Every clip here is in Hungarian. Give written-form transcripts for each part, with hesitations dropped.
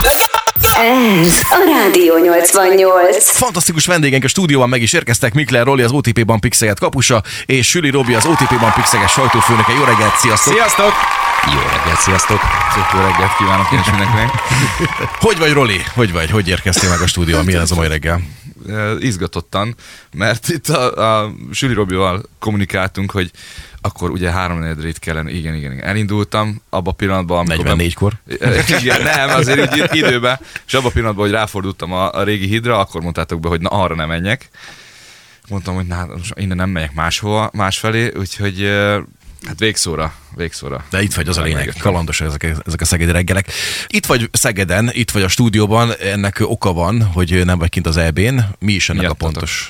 Ez a Rádió 88. Fantasztikus vendégeink a stúdióban meg is érkeztek. Mikler Roli, az OTP Bank Pixeget kapusa, és Süli Robi, az OTP Bank Pixeges sajtófőnöke. Jó reggelt, sziasztok! Sziasztok! Jó reggelt, sziasztok! Jó reggelt kívánok én is mindenkinek. Hogy vagy, Roli? Hogy érkeztél meg a stúdióban? Milyen ez a mai reggel? Izgatottan, mert itt a Süli Robival kommunikáltunk, hogy akkor ugye 3-4-re itt kellene, igen. Elindultam abban a pillanatban, amikor... 44-kor? Igen, nem, azért így időben. És abban a pillanatban, hogy ráfordultam a régi hídra, akkor mondtátok be, hogy na arra nem menjek. Mondtam, hogy innen nem megyek másfelé, úgyhogy hát végszóra. De itt vagy, az a lényeg, kalandos ezek a szegedi reggelek. Itt vagy Szegeden, itt vagy a stúdióban, ennek oka van, hogy nem vagy kint az EB-n. Mi is ennek a pontos?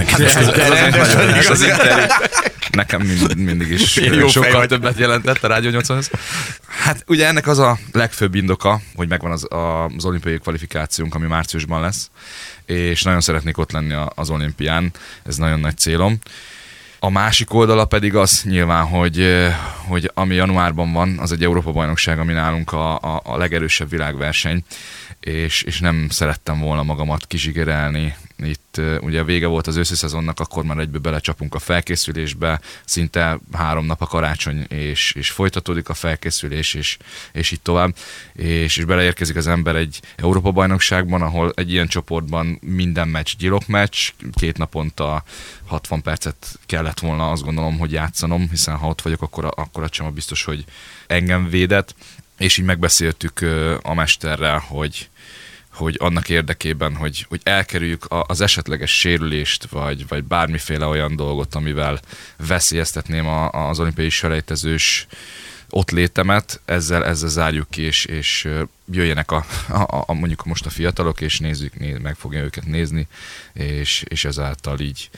Nekem mindig is sokkal többet jelentett a Rádió 80-hoz. Hát ugye ennek az a legfőbb indoka, hogy megvan az olimpiai kvalifikációnk, ami márciusban lesz, és nagyon szeretnék ott lenni az olimpián, ez nagyon nagy célom. A másik oldala pedig az nyilván, hogy ami januárban van, az egy Európa-bajnokság, ami nálunk a legerősebb világverseny, és nem szerettem volna magamat kizsigerelni. Itt ugye a vége volt az őszi szezonnak, akkor már egyből belecsapunk a felkészülésbe, szinte 3 nap a karácsony, és folytatódik a felkészülés, és így tovább. És beleérkezik az ember egy Európa-bajnokságban, ahol egy ilyen csoportban minden meccs gyilokmeccs, 2 naponta 60 percet kellett volna, azt gondolom, hogy játszanom, hiszen ha ott vagyok, akkor a csama biztos, hogy engem védett. És így megbeszéltük a mesterrel, hogy annak érdekében, hogy elkerüljük az esetleges sérülést, vagy bármiféle olyan dolgot, amivel veszélyeztetném az olimpiai selejtezős ott létemet, ezzel zárjuk ki, és jöjjenek mondjuk most a fiatalok, és meg fogja őket nézni, és ezáltal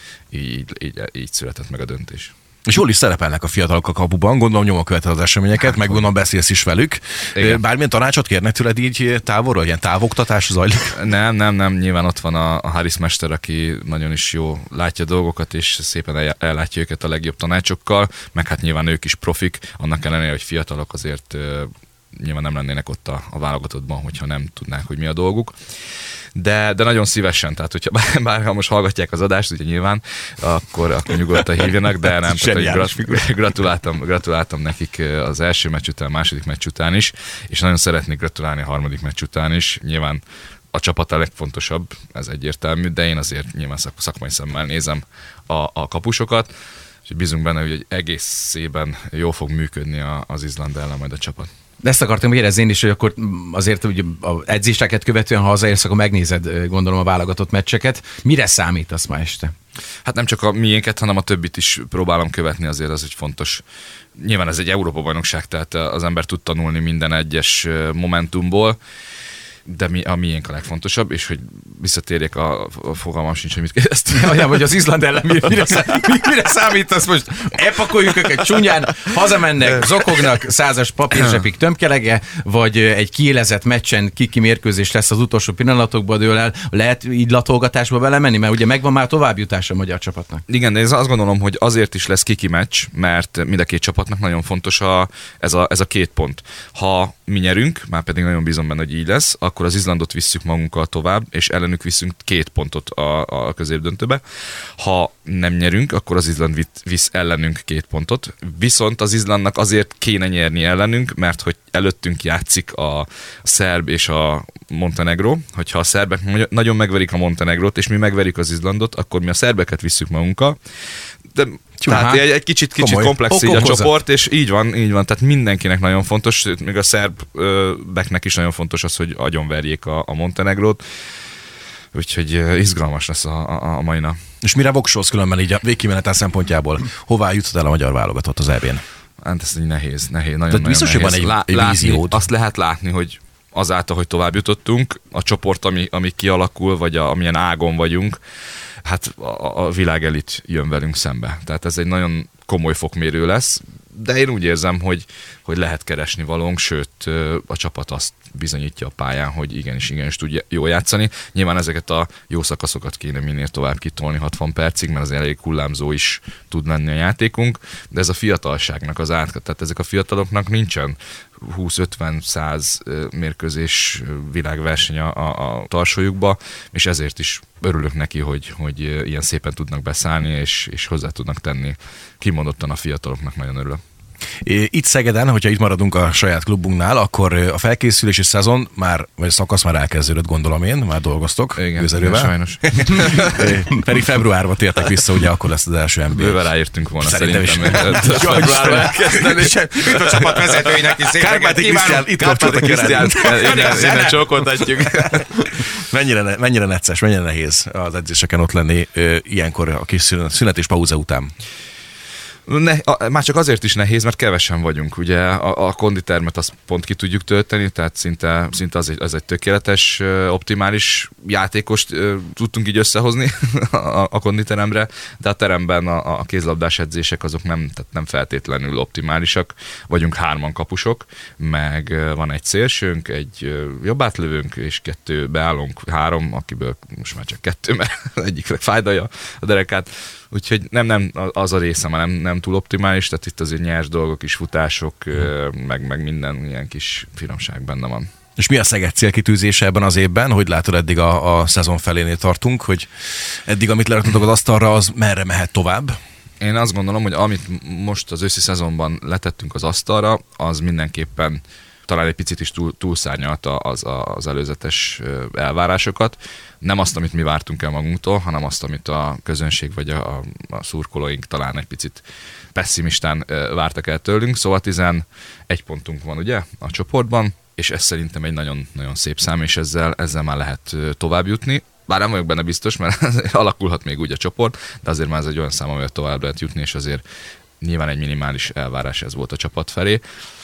így született meg a döntés. És jól is szerepelnek a fiatalok a kapuban, gondolom nyomon követed az eseményeket, meg gondolom beszélsz is velük. Igen. Bármilyen tanácsot kérnek tőled így távolról, ilyen távoktatás zajlik? Nem, nyilván ott van a Harris mester, aki nagyon is jó látja dolgokat, és szépen ellátja őket a legjobb tanácsokkal, meg hát nyilván ők is profik, annak ellenére, hogy fiatalok, azért nyilván nem lennének ott a válogatottban, hogyha nem tudnák, hogy mi a dolguk. De nagyon szívesen, tehát hogyha bár most hallgatják az adást, ugye nyilván, akkor nyugodtan hívjanak, de nem, tehát, gratuláltam nekik az első meccs után, második meccs után is, és nagyon szeretnék gratulálni a harmadik meccs után is. Nyilván a csapat a legfontosabb, ez egyértelmű, de én azért nyilván szakmai szemmel nézem a kapusokat, és bízunk benne, hogy egészében jól fog működni az Izland ellen majd a csapat. De ezt akartam érezni én is, hogy akkor azért ugye az edzéseket követően, ha hazaérsz, akkor megnézed, gondolom, a válogatott meccseket. Mire számítasz ma este? Hát nem csak a miénket, hanem a többit is próbálom követni, azért az egy fontos. Nyilván ez egy Európa-bajnokság, tehát az ember tud tanulni minden egyes momentumból, de a miénk a legfontosabb, és hogy visszatérjek a fogalmam sincs, hogy mit kérdeztem. Olyan, hogy az Izland ellen mire számítasz most? Elpakoljuk őket csúnyán, hazamennek, zokognak, 100-as papírzsepik tömkelege, vagy egy kiélezett meccsen kiki mérkőzés lesz az utolsó pillanatokban dől el. Lehet így latolgatásba belemenni? Mert ugye megvan már továbbjutás a magyar csapatnak. Igen, de én azt gondolom, hogy azért is lesz kiki meccs, mert mind a két csapatnak nagyon fontos ez a 2 pont. Ha mi nyerünk, már pedig nagyon bízom benne, hogy így lesz, akkor az Izlandot visszük magunkkal tovább, és ellenük viszünk 2 pontot a középdöntőbe. Ha nem nyerünk, akkor az Izland visz ellenünk 2 pontot. Viszont az Izlandnak azért kéne nyerni ellenünk, mert hogy előttünk játszik a szerb és a Montenegro. Hogyha a szerbek nagyon megverik a Montenegrót, és mi megverjük az Izlandot, akkor mi a szerbeket visszük magunkkal. De tehát egy kicsit komplex így a csoport, és így van, tehát mindenkinek nagyon fontos, még a szerbeknek is nagyon fontos az, hogy agyonverjék a Montenegrót, úgyhogy izgalmas lesz a mai nap. És mire voksolsz különben így a végkimenetel szempontjából? Hová juthat el a magyar válogatott az EB-n? Hát ez nehéz, nagyon biztos, hogy van egy víziód. Azt lehet látni, hogy azáltal, hogy tovább jutottunk, a csoport, ami kialakul, vagy amilyen ágon vagyunk, hát a világ elit jön velünk szembe. Tehát ez egy nagyon komoly fokmérő lesz, de én úgy érzem, hogy lehet keresni valónk, sőt a csapat azt bizonyítja a pályán, hogy igenis tud jól játszani. Nyilván ezeket a jó szakaszokat kéne minél tovább kitolni 60 percig, mert az elég hullámzó is tud lenni a játékunk, de ez a fiatalságnak az átka, tehát ezek a fiataloknak nincsen 20-50-100 mérkőzés világverseny a tarsójukba, és ezért is örülök neki, hogy ilyen szépen tudnak beszállni, és hozzá tudnak tenni. Kimondottan a fiataloknak nagyon örülök. Itt Szegeden, hogyha itt maradunk a saját klubunknál, akkor a felkészülési szezon vagy szakasz már elkezdődött, gondolom én, már dolgoztok közelővel. Sajnos. Pedig februárban tértek vissza, ugye akkor lesz az első NBA. Bőven ráértünk volna szerintem. Februárban elkezdeni. Itt a csapat vezetőinek is szép Kárpáti Krisztián, itt kapcsoltak Krisztián. Innen csókoltatjuk. Mennyire necces, mennyire nehéz az edzéseken ott lenni ilyenkor a kis szünet és pauza után? Már csak azért is nehéz, mert kevesen vagyunk. Ugye a konditermet azt pont ki tudjuk tölteni, tehát szinte az egy tökéletes, optimális játékost tudtunk így összehozni a konditeremre, de a teremben a kézlabdás edzések azok nem feltétlenül optimálisak. Vagyunk 3 kapusok, meg van egy szélsőnk, egy jobbátlövőnk, és 2 beállónk, 3, akiből most már csak 2, mert egyiknek fájdalja a derekát. Úgyhogy nem az a része már nem túl optimális, tehát itt azért nyers dolgok is, futások, meg minden ilyen kis finomság benne van. És mi a Szeged célkitűzése ebben az évben? Hogy látod, eddig a szezon felénél tartunk, hogy eddig, amit leraktatok az asztalra, az merre mehet tovább? Én azt gondolom, hogy amit most az őszi szezonban letettünk az asztalra, az mindenképpen talán egy picit is túlszárnyalta az előzetes elvárásokat. Nem azt, amit mi vártunk el magunktól, hanem azt, amit a közönség vagy a szurkolóink talán egy picit pessimistán vártak el tőlünk. Szóval 11 pontunk van ugye a csoportban, és ez szerintem egy nagyon, nagyon szép szám, és ezzel már lehet tovább jutni. Bár nem vagyok benne biztos, mert alakulhat még úgy a csoport, de azért már ez egy olyan szám, amivel tovább lehet jutni, és azért nyilván egy minimális elvárás ez volt a csapat felé.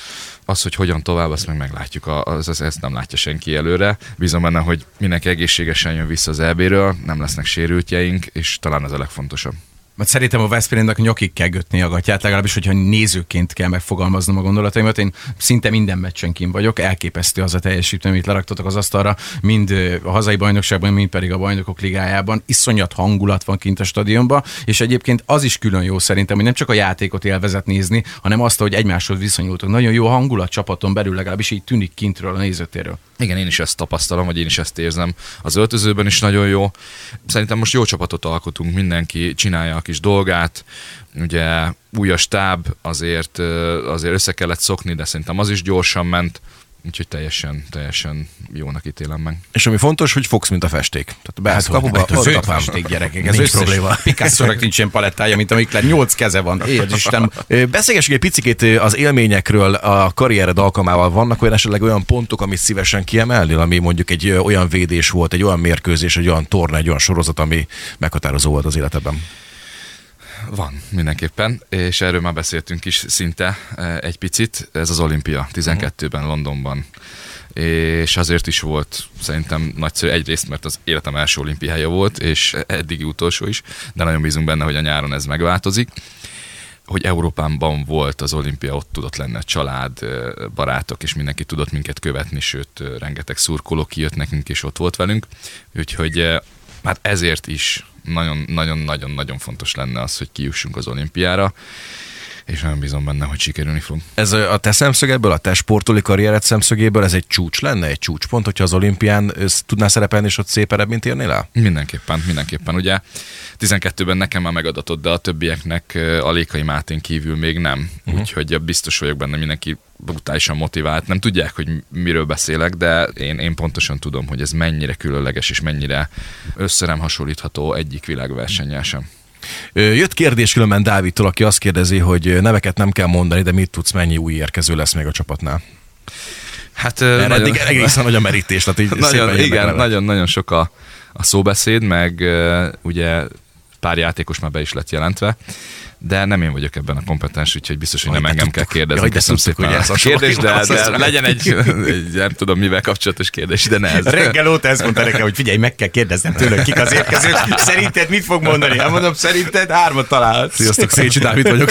Az, hogy hogyan tovább, azt meg meglátjuk, ezt nem látja senki előre. Bízom benne, hogy mindenki egészségesen jön vissza az EB-ről, nem lesznek sérültjeink, és talán ez a legfontosabb. Mert szerintem a Veszprémnek nyakig kell götni a gatyát, legalábbis, hogyha nézőként kell megfogalmaznom a gondolataimat. Én szinte minden meccsen kint vagyok, elképesztő az a teljesítmény, amit leraktatok az asztalra, mind a hazai bajnokságban, mind pedig a Bajnokok Ligájában. Iszonyat hangulat van kint a stadionban, és egyébként az is külön jó szerintem, hogy nem csak a játékot élvezet nézni, hanem azt, hogy egymáshoz viszonyultok. Nagyon jó hangulat csapaton belül, legalábbis így tűnik kintről a nézőtéről. Igen, én is ezt tapasztalom, vagy én is ezt érzem. Az öltözőben is nagyon jó. Szerintem most jó csapatot alkotunk, mindenki csinálja a kis dolgát. Ugye új a stáb, azért össze kellett szokni, de szerintem az is gyorsan ment. Úgyhogy teljesen jónak ítélem meg. És ami fontos, hogy fogsz, mint a festék. Tehát beállsz a kapuba, ott a festék, gyerekek. Ez nincs probléma. Picasso-nak nincs ilyen palettája, mint amiknek 8 keze van. Isten. Beszélgessünk egy picikét az élményekről a karriered alkalmával. Vannak esetleg olyan pontok, amit szívesen kiemelnél, ami mondjuk egy olyan védés volt, egy olyan mérkőzés, egy olyan torna, egy olyan sorozat, ami meghatározó volt az életedben? Van, mindenképpen, és erről már beszéltünk is szinte egy picit. Ez az olimpia 12-ben Londonban. És azért is volt szerintem nagyszerű, egyrészt, mert az életem első olimpiája volt, és eddigi utolsó is, de nagyon bízunk benne, hogy a nyáron ez megváltozik. Hogy Európában volt az olimpia, ott tudott lenni a család, barátok, és mindenki tudott minket követni, sőt, rengeteg szurkoló kijött nekünk, és ott volt velünk. Úgyhogy hát ezért is nagyon-nagyon fontos lenne az, hogy kijussunk az olimpiára, és nagyon bízom benne, hogy sikerülni fog. Ez a te szemszögedből, a te sportolói karriered szemszögéből ez egy csúcs lenne, egy csúcspont, hogyha az olimpián tudnál szerepelni, és ott szép eredményt érnél el? Mindenképpen. Ugye 12-ben nekem már megadatott, de a többieknek a Lékai Mátén kívül még nem. Úgyhogy biztos vagyok benne, mindenki brutálisan motivált. Nem tudják, hogy miről beszélek, de én pontosan tudom, hogy ez mennyire különleges, és mennyire össze nem hasonlítható egyik világversennyel sem. Jött kérdés különben Dávidtól, aki azt kérdezi, hogy neveket nem kell mondani, de mit tudsz, mennyi új érkező lesz még a csapatnál? Hát eddig egészen nagy a merítés. Nagyon sok a szóbeszéd, meg ugye pár játékos már be is lett jelentve, de nem én vagyok ebben a kompetens, úgyhogy biztos, hogy nem engem kell kérdezni. Köszönöm szépen a kérdés, de legyen egy nem tudom mivel kapcsolatos kérdés, de ne ez. Reggel óta ezt mondta nekem, hogy figyelj, meg kell kérdeznem tőle, kik az érkezők. Szerinted mit fog mondani? Hát mondom, szerinted 3 találsz. Sziasztok, Szécsi Dávid vagyok.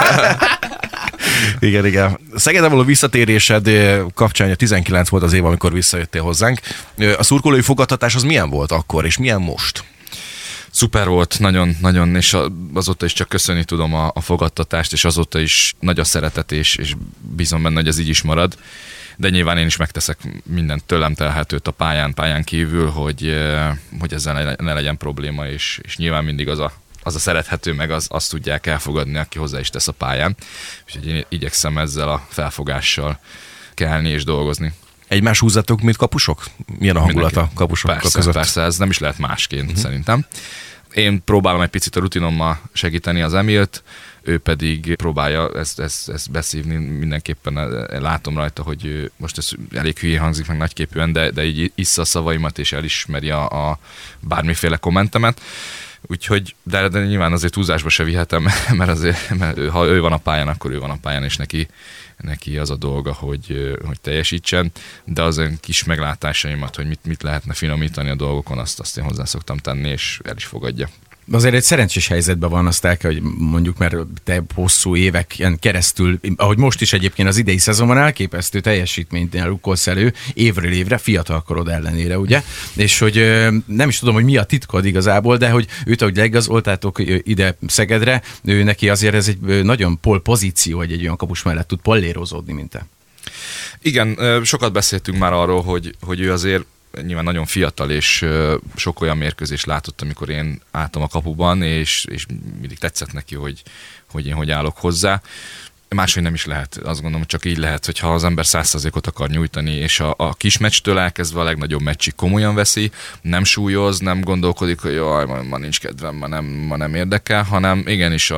Igen. Szegedre való visszatérésed kapcsán 19 volt az év, amikor visszajöttél hozzánk. A szurkolói fogadtatás az milyen volt akkor, és milyen most? Szuper volt, nagyon, és azóta is csak köszönni tudom a fogadtatást, és azóta is nagy a szeretet, és bízom benne, hogy ez így is marad. De nyilván én is megteszek mindent tőlem telhetőt a pályán kívül, hogy ezzel ne legyen probléma, és nyilván mindig az a szerethető, meg azt tudják elfogadni, aki hozzá is tesz a pályán. Úgyhogy én igyekszem ezzel a felfogással kelni és dolgozni. Egymás húzzatok, mint kapusok? Milyen a hangulat a kapusok között? Persze, ez nem is lehet másként szerintem. Én próbálom egy picit a rutinommal segíteni az Emilt, ő pedig próbálja ezt beszívni, mindenképpen látom rajta, hogy most ez elég hülyén hangzik meg nagyképűen, de így issza a szavaimat és elismeri a bármiféle kommentemet. Úgyhogy, de nyilván azért húzásba se vihetem, mert ha ő van a pályán, akkor ő van a pályán, és neki az a dolga, hogy teljesítsen, de az olyan kis meglátásaimat, hogy mit lehetne finomítani a dolgokon, azt én hozzá szoktam tenni, és el is fogadja. Azért egy szerencsés helyzetben van, azt el kell, hogy mondjuk, mert te hosszú éveken keresztül, ahogy most is egyébként az idei szezonban elképesztő teljesítményt rukkolsz elő, évről évre, fiatalkorod ellenére, ugye? És hogy nem is tudom, hogy mi a titkod igazából, de hogy őt, ahogy leigazoltátok ide Szegedre, ő neki azért ez egy nagyon pozíció, hogy egy olyan kapus mellett tud pallérozódni, mint te. Igen, sokat beszéltünk már arról, hogy ő azért nyilván nagyon fiatal, és sok olyan mérkőzést látott, amikor én álltam a kapuban, és mindig tetszett neki, hogy én hogy állok hozzá. Máshogy nem is lehet, azt gondolom, hogy csak így lehet, hogyha az ember 100%-ot akar nyújtani, és a kis meccstől elkezdve a legnagyobb meccsig komolyan veszi, nem súlyoz, nem gondolkodik, hogy jaj, ma nincs kedvem, ma nem érdekel, hanem igenis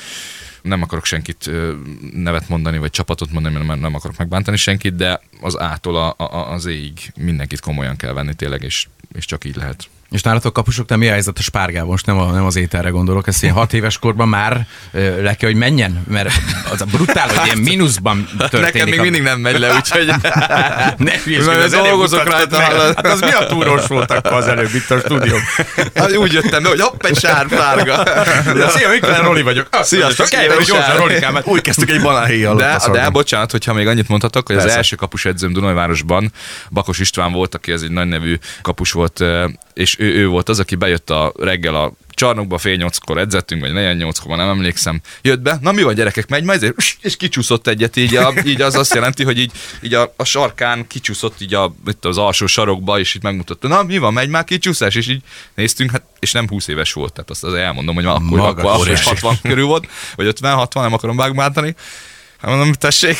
nem akarok senkit nevet mondani, vagy csapatot mondani, mert nem akarok megbántani senkit, de az A-tól az E-ig mindenkit komolyan kell venni tényleg, és csak így lehet. És nálatok kapusoknál mi a helyzet a spárgával? Most nem az ételre gondolok, ezt én 6 éves korban már le kell, hogy menjen? Mert az a brutál, hogy ilyen mínuszban történik. Nekem még mindig nem megy le, úgyhogy ne hülyeskedj, dolgozok rajta. Hát az mi a túrós volt akkor az előbb itt a stúdió? Úgy jöttem be, hogy hopp, egy sárpárga. Szia, Miklen Roli vagyok. Sziasztok, Úgy kezdtük egy banánhéjjal. De bocsánat, hogyha még annyit mondhatok, hogy az első kapusedzőm Dunajvárosban Bakos István volt, aki ez egy nagy nevű kapus volt, és ő volt az, aki bejött a reggel a csarnokba, 7:30-kor edzettünk, vagy 4:08-kor, nem emlékszem, jött be, na mi van gyerekek, megy majd, és kicsúszott egyet, így az azt jelenti, hogy így a sarkán kicsúszott így itt az alsó sarokba, és így megmutatta, na mi van, megy már kicsúszás, és így néztünk, hát, és nem 20 éves volt, tehát azt elmondom, hogy akkor 60 körül volt, vagy 50-60, nem akarom vágbáltani. Hát mondom, tessék.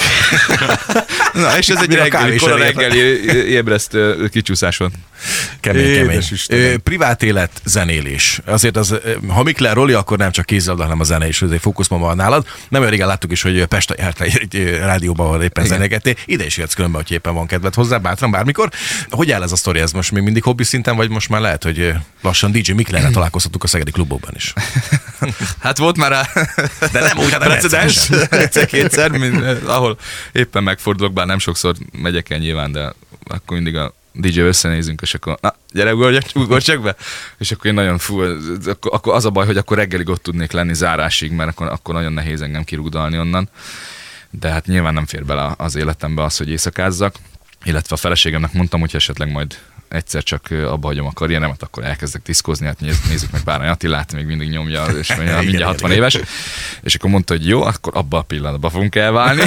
Na, és ez egy reggeli ébresztő kicsúszás volt. Kemény. Privát élet, zenélés. Azért ha Miklen Roli, akkor nem csak kézzelabda, hanem a zene is, ez egy fókuszban van nálad. Nem olyan régen láttuk is, hogy Pest járt egy rádióban, ahol éppen zenégettél. Ide is jöhetsz különben, hogy éppen van kedved hozzá, bátran, bármikor. Hogy áll ez a sztori? Ez most még mindig hobbi szinten, vagy most már lehet, hogy lassan DJ Miklenre találkozhatunk a szegedi klubokban is? Hát volt már rá, de nem úgy, precedens, egyszer-kétszer, ahol éppen megfordulok, bár nem sokszor megyek el nyilván, de akkor mindig a DJ-vel összenézünk, és akkor na, gyere, ugorj csak be! És akkor én nagyon akkor az a baj, hogy akkor reggelig ott tudnék lenni zárásig, mert akkor nagyon nehéz engem kirúgdalni onnan. De hát nyilván nem fér bele az életembe az, hogy éjszakázzak. Illetve a feleségemnek mondtam, hogy esetleg majd egyszer csak abba hagyom a karrieremet, akkor elkezdek diszkózni, hát nézzük meg Bárányi Attilát, még mindig nyomja, és mindjárt 60 éves. És akkor mondta, hogy jó, akkor abba a pillanatban fogunk elválni.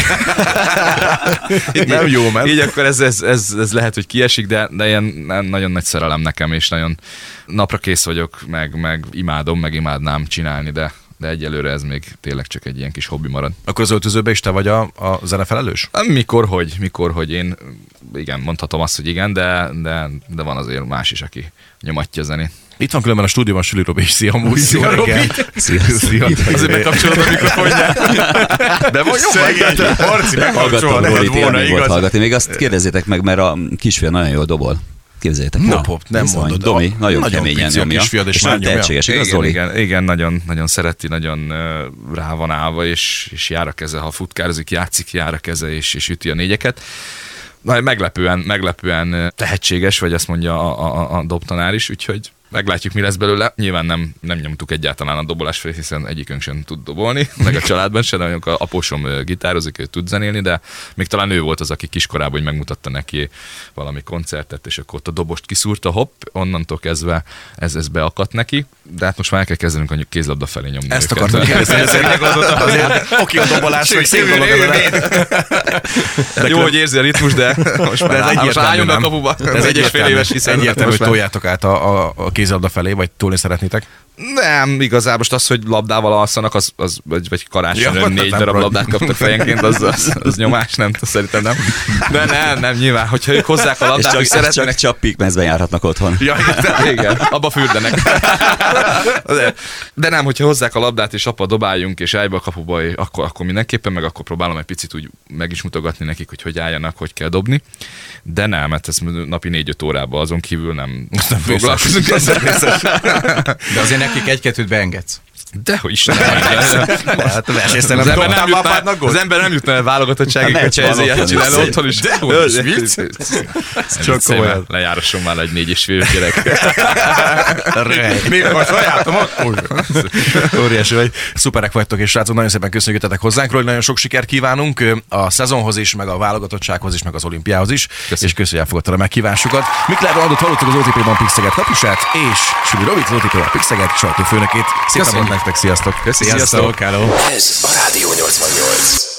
Nem jó, mert... Így akkor ez lehet, hogy kiesik, de ilyen nagyon nagy szerelem nekem, és nagyon napra kész vagyok, meg imádom, meg imádnám csinálni, de egyelőre ez még tényleg csak egy ilyen kis hobbi marad. Akkor az öltözőben is te vagy a zenefelelős? Mikor, hogy én igen, mondhatom azt, hogy igen, de van azért más is, aki nyomatja a zenét. Itt van különben a stúdióban Süli Robi is. Szia, amúgy. Szia, Robi! Szia. Azért megkapcsolod a mikrofonját. De vagy jobb, Marci megkapcsolod volna, igaz? Hallgatni. Még azt kérdezzétek meg, mert a kisfiam nagyon jól dobol. Képzeljétek meg. Nem mondod. Domi nagyon keményen nyomja. És nagyon tehetséges, igaz, Zoli? Igen, nagyon szereti, nagyon rá van állva, és jár a keze, ha futkározik, játszik, jár a keze, és üti a négyeket. Meglepően tehetséges, vagy azt mondja a dobtanár is, úgyhogy meglátjuk, mi lesz belőle. Nyilván nem nyomtuk egyáltalán a dobolás felé, hiszen egyikünk sem tud dobolni, meg a családban sem, de a apósom gitározik, ő tud zenélni, de még talán ő volt az, aki kiskorában, hogy megmutatta neki valami koncertet, és akkor ott a dobost kiszúrta, hopp, onnantól kezdve ez beakadt neki, de hát most már el kell kezdenünk a kézlabda felé nyomni. Ezt akartam kérdezni, azért oké a dobolás, hogy szép dolog. Jó, hogy érzi a ritmus, de most már álljon be a kapuba. Ez 1,5 éves, hiszen egyértelmű, hogy toljátok át a kézlabda felé, vagy tolni szeretnétek? Nem, igazából most az, hogy labdával alszanak, vagy karácsonyra 4 darab labdát kaptak fejenként, az nyomás, nem, szerintem nem. De nem, nyilván, hogyha ők hozzák a labdát, és csak Csapikmezben járhatnak otthon. Ja, igen, abba fürdenek. De nem, hogyha hozzák a labdát, és apa dobáljunk, és állj be a kapuba, akkor mindenképpen, meg akkor próbálom egy picit úgy meg is mutogatni nekik, hogy álljanak, hogy kell dobni. De nem, mert ez napi 4-5 órában, azon kívül nem foglalkozunk ezzel. De azért nekik egy-kettőt beengedsz. Dehogy is hát az ember nem jutna el válogatottságig, hogyha ezért csinál otthon is. Dehogy is, vicc? Csak komolyan. Lejárasson már egy 4,5 gyerek. Még a sajátom akkor. Óriási vagy. Szuperek vagytok, és srácok, nagyon szépen köszönjük, hogy jöttetek hozzánk, nagyon sok sikert kívánunk a szezonhoz is, meg a válogatottsághoz is, meg az olimpiához is. És köszönjük, elfogadtad a megkívásukat. Mikler Rolandot hallottuk, az OTP-ban Pixeget kapusát, és Süli Robit, az OTP-ban Pixeget sajtófőnökét. Szép napot nektek, sziasztok! Sziasztok! Ez a Rádió 88.